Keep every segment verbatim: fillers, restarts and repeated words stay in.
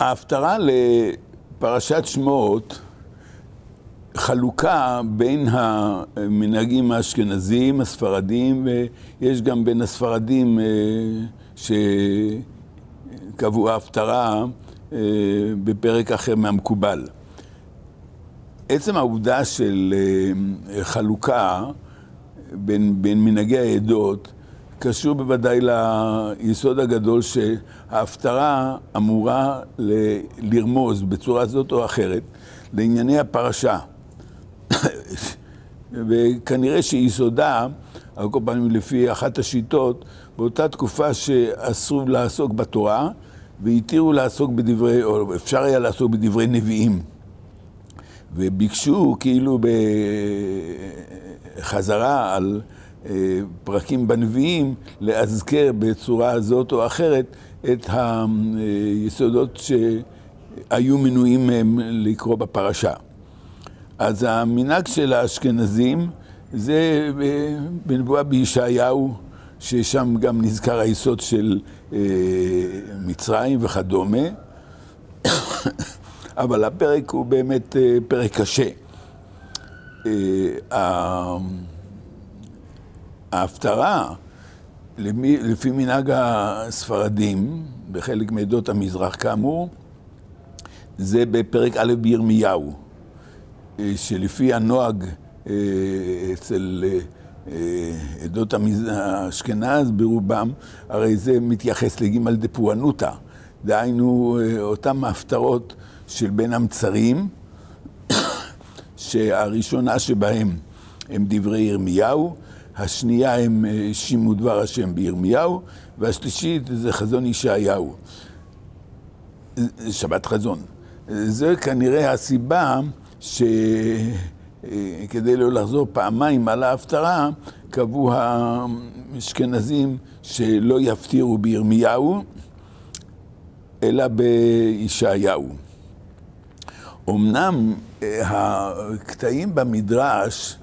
ההפטרה לפרשת שמות חלוקה בין המנהגים האשכנזיים, הספרדים, ויש גם בין הספרדים שקבעו ההפטרה בפרק אחר מהמקובל. עצם העובדה של חלוקה בין, בין מנהגי העדות קשור בוודאי ליסוד הגדול שההפטרה אמורה ל- לרמוז בצורה זאת או אחרת לענייני הפרשה. וכנראה שיסודה, על כל פעמים לפי אחת השיטות, באותה תקופה שאסור לעסוק בתורה, והתירו לעסוק בדברי, או אפשר היה לעסוק בדברי נביאים. וביקשו כאילו בחזרה על פרקים בנביאים, להזכר בצורה הזאת או אחרת את היסודות שהיו מנויים מהם לקרוא בפרשה. אז המנהג של האשכנזים זה בנבואה בישעיהו, ששם גם נזכר היסוד של מצרים וכדומה, אבל הפרק הוא באמת פרק קשה. ההפטרה, לפי מנהג הספרדים, בחלק מעדות המזרח כאמור, זה בפרק א' בירמיהו, שלפי הנוהג אצל עדות האשכנז ברובם, הרי זה מתייחס לגימל דפורענותא, דהיינו אותם ההפטרות של בין המצרים, שהראשונה שבהם הם דברי ירמיהו, השנייה הם שימו דבר השם בירמיהו, והשלישית זה חזון ישעיהו, שבת חזון. זה כנראה הסיבה שכדי לא לחזור פעמיים על ההפטרה, קבעו האשכנזים שלא יפטירו בירמיהו, אלא בישעיהו. אמנם הקטעים במדרש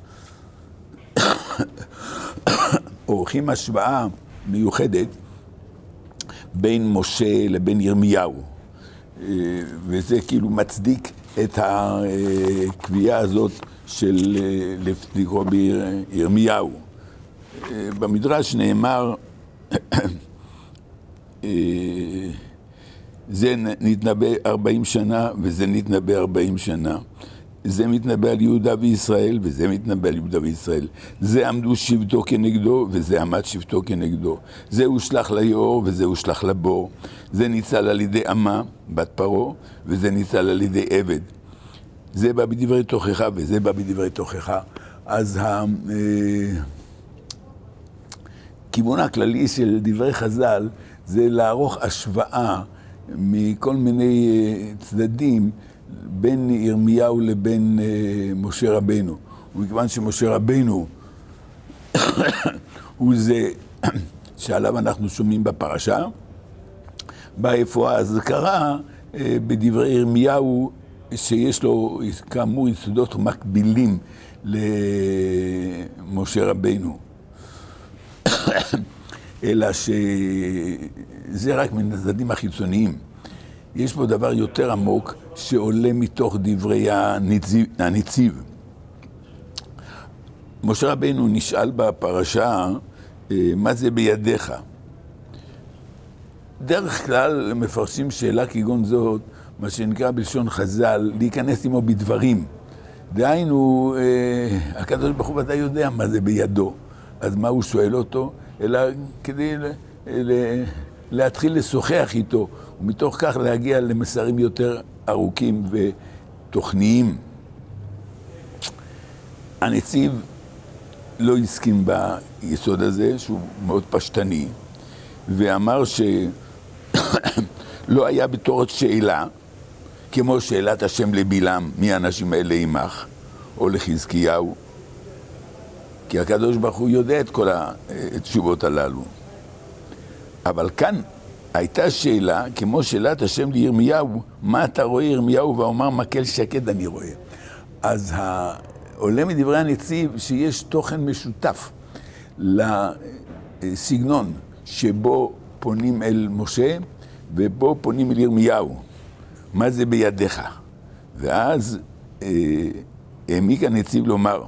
עורכים השוואה מיוחדת בין משה לבין ירמיהו, וזה כאילו מצדיק את הקביעה הזאת של לקרוא בירמיהו. במדרש נאמר, זה נתנבא ארבעים שנה וזה נתנבא ארבעים שנה. זה מתנבא על יהודה וישראל וזה מתנבא על יהודה וישראל. זה עמדו שבטו כנגדו וזה עמד שבטו כנגדו. זה הושלח ליאור וזה הושלח לבור. זה ניצל על ידי אמה, בת פרעה, וזה ניצל על ידי עבד. זה בא בדברי תוכחה וזה בא בדברי תוכחה. אז הכיוון הכללי של דברי חז"ל זה לערוך השוואה מכל מיני צדדים בין ירמיהו לבין משה רבנו. ומכיוון שמשה רבנו הוא זה שעליו אנחנו שומעים בפרשה, בא איפה ההזכרה בדברי ירמיהו שיש לו כאמור יסודות מקבילים למשה רבנו. אלא שזה רק מן הצדדים החיצוניים. יש פה דבר יותר עמוק שעולה מתוך דברי הנציב. הנציב. משה רבנו נשאל בפרשה, מה זה בידיך? דרך כלל מפרשים שאלה כגון זאת, מה שנקרא בלשון חז"ל, להיכנס עמו בדברים. דהיינו, הקדוש ברוך הוא ודאי יודע מה זה בידו. אז מה הוא שואל אותו? אלא כדי להתחיל לשוחח איתו, ומתוך כך להגיע למסרים יותר ארוכים ותוכניים. הנציב לא הסכים ביסוד הזה, שהוא מאוד פשטני, ואמר שלא היה בתור שאלה, כמו שאלת השם לבלעם, מי האנשים האלה עמך, או לחזקיהו, כי הקדוש ברוך הוא יודע את כל התשובות הללו. אבל כאן הייתה שאלה, כמו שאלת השם לירמיהו, מה אתה רואה ירמיהו? ואומר, מקל שקד אני רואה. אז עולה מדברי הנציב שיש תוכן משותף לסגנון שבו פונים אל משה ובו פונים אל ירמיהו. מה זה בידיך? ואז העמיק הנציב לומר,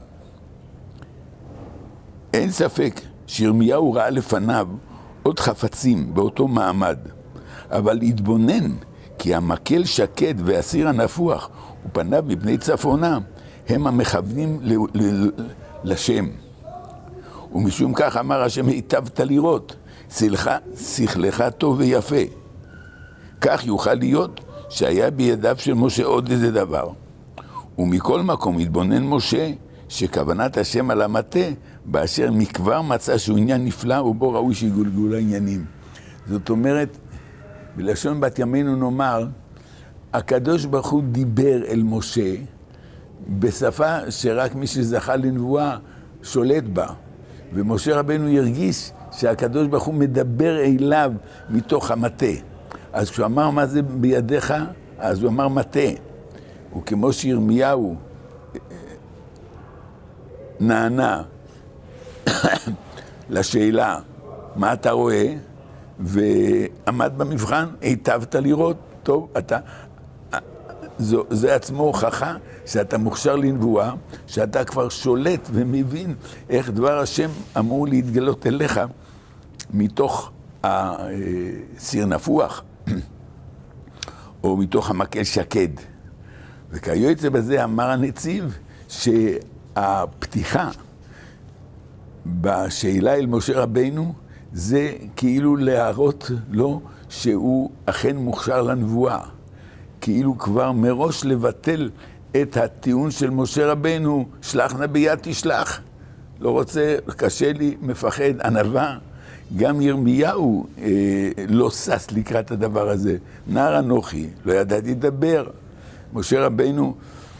אין ספק שירמיהו ראה לפניו עוד חפצים באותו מעמד, אבל התבונן כי המקל שקד והסיר הנפוח ופניו מפני צפונה הם המכוונים ל- ל- לשם. ומשום כך אמר השם, היטבת לראות, שכלך, שכלך טוב ויפה. כך יוכל להיות שהיה בידיו של משה עוד איזה דבר. ומכל מקום התבונן משה שכוונת השם על המטה, באשר מכבר מצא שהוא עניין נפלא ובו ראוי שיגולגלו העניינים. זאת אומרת, בלשון בת ימינו נאמר, הקדוש ברוך הוא דיבר אל משה בשפה שרק מי שזכה לנבואה שולט בה. ומשה רבנו ירגיש שהקדוש ברוך הוא מדבר אליו מתוך המטה. אז כשהוא אמר מה זה בידיך, אז הוא אמר מטה. וכמו שירמיהו נענה לשאלה מה אתה רואה, ועמד במבחן, היטבת לראות, טוב, אתה, זו, זה עצמו הוכחה שאתה מוכשר לנבואה, שאתה כבר שולט ומבין איך דבר השם אמור להתגלות אליך מתוך הסיר נפוח, או מתוך המקל שקד. וכיוצא בזה אמר הנציב שהפתיחה בשאלה אל משה רבינו זה כאילו להראות לו שהוא אכן מוכשר לנבואה. כאילו כבר מראש לבטל את הטיעון של משה רבינו, שלח נא ביד תשלח. לא רוצה, קשה לי, מפחד, ענווה. גם ירמיהו אה, לא סס לקראת הדבר הזה. נער אנוכי, לא ידעתי לדבר. משה רבינו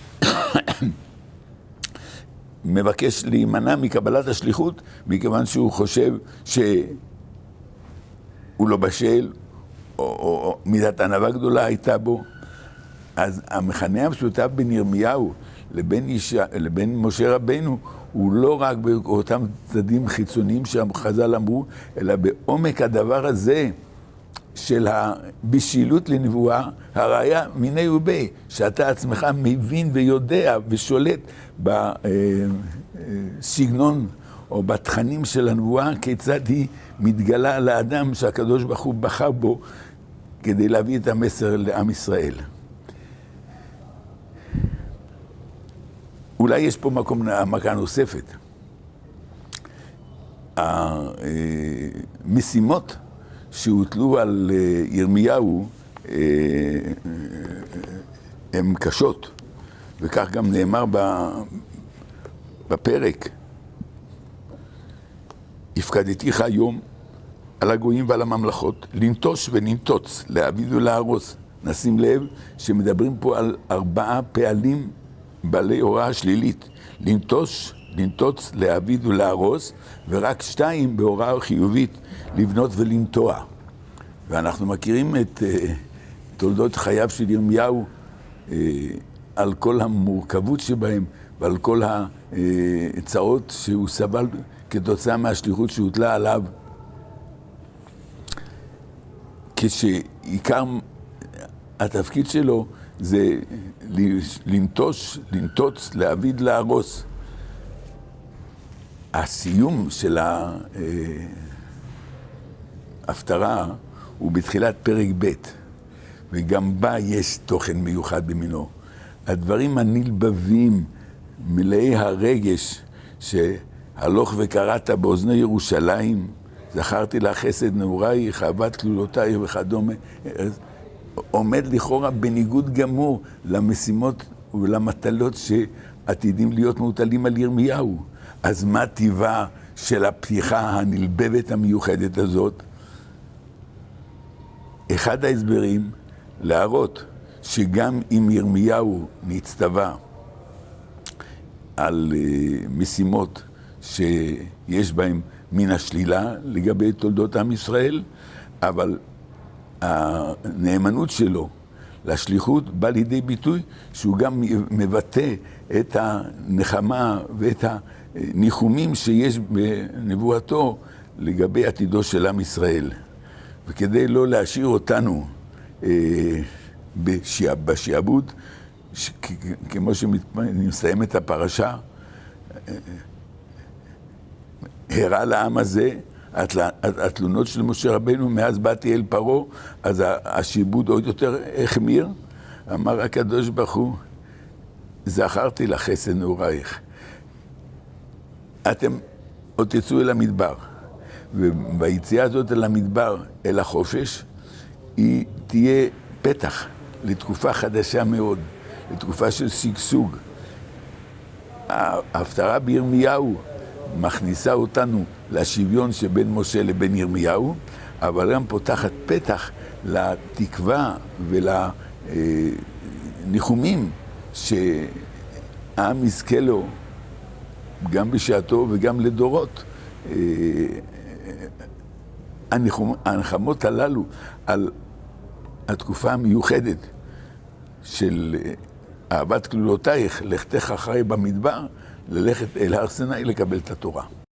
מבקש להימנע מקבלת השליחות, מכיוון שהוא חושב שהוא לא בשל, או, או, או מידת ענווה גדולה הייתה בו. אז המכנה המשותף בין ירמיהו לבין, אישה, לבין משה רבינו הוא לא רק באותם צדדים חיצוניים שהחז"ל אמרו, אלא בעומק הדבר הזה של הבשילות לנבואה, הראיה מיני ובי, שאתה עצמך מבין ויודע ושולט בסגנון או בתכנים של הנבואה, כיצד היא מתגלה לאדם שהקדוש ברוך הוא בחר בו כדי להביא את המסר לעם ישראל. אולי יש פה מקום העמקה נוספת. המשימות שהוטלו על ירמיהו הן קשות, וכך גם נאמר בפרק, הפקדתיך היום על הגויים ועל הממלכות, לנטוש וננטוץ, להעביד ולהרוס. נשים לב שמדברים פה על ארבעה פעלים בעלי הוראה שלילית, לנטוש, לנטוץ, להעביד ולהרוס, ורק שתיים בהוראה חיובית, לבנות ולנטוע. ואנחנו מכירים את uh, תולדות חייו של ירמיהו uh, על כל המורכבות שבהם, ועל כל הצעות שהוא סבל כתוצאה מהשליחות שהוטלה עליו. כשעיקר התפקיד שלו זה לנטוש, לנטוץ, להעביד, להרוס. הסיום של ההפטרה הוא בתחילת פרק ב', וגם בה יש תוכן מיוחד במינו. הדברים הנלבבים, מלאי הרגש, שהלוך וקראת באוזני ירושלים, זכרתי לה חסד נעורייך, אהבת כלולותייך וכדומה, עומד לכאורה בניגוד גמור למשימות ולמטלות שעתידים להיות מוטלים על ירמיהו. אז מה טבעה של הפתיחה הנלבבת המיוחדת הזאת? אחד ההסברים להראות שגם אם ירמיהו נצטווה על משימות שיש בהם מן השלילה לגבי תולדות עם ישראל, אבל הנאמנות שלו לשליחות בא לידי ביטוי שהוא גם מבטא את הנחמה ואת הניחומים שיש בנבואתו לגבי עתידו של עם ישראל. וכדי לא להשאיר אותנו אה, בשיעבוד, כמו שאני מסיים את הפרשה, הראה לעם הזה, התלונות של משה רבנו, מאז באתי אל פרעה, אז השיעבוד עוד יותר החמיר. אמר הקדוש ברוך הוא, זכרתי לך חסד נעורייך. אתם עוד תצאו אל המדבר, וביציאה הזאת אל המדבר, אל החופש, היא תהיה פתח לתקופה חדשה מאוד, לתקופה של שגשוג. ההפטרה בירמיהו מכניסה אותנו לשוויון שבין משה לבין ירמיהו, אבל גם פותחת פתח לתקווה ולניחומים שהעם יזכה לו גם בשעתו וגם לדורות. הנחמות הללו על התקופה המיוחדת של אהבת כלולותייך, לכתך אחרי במדבר, ללכת אל הר סיני לקבל את התורה.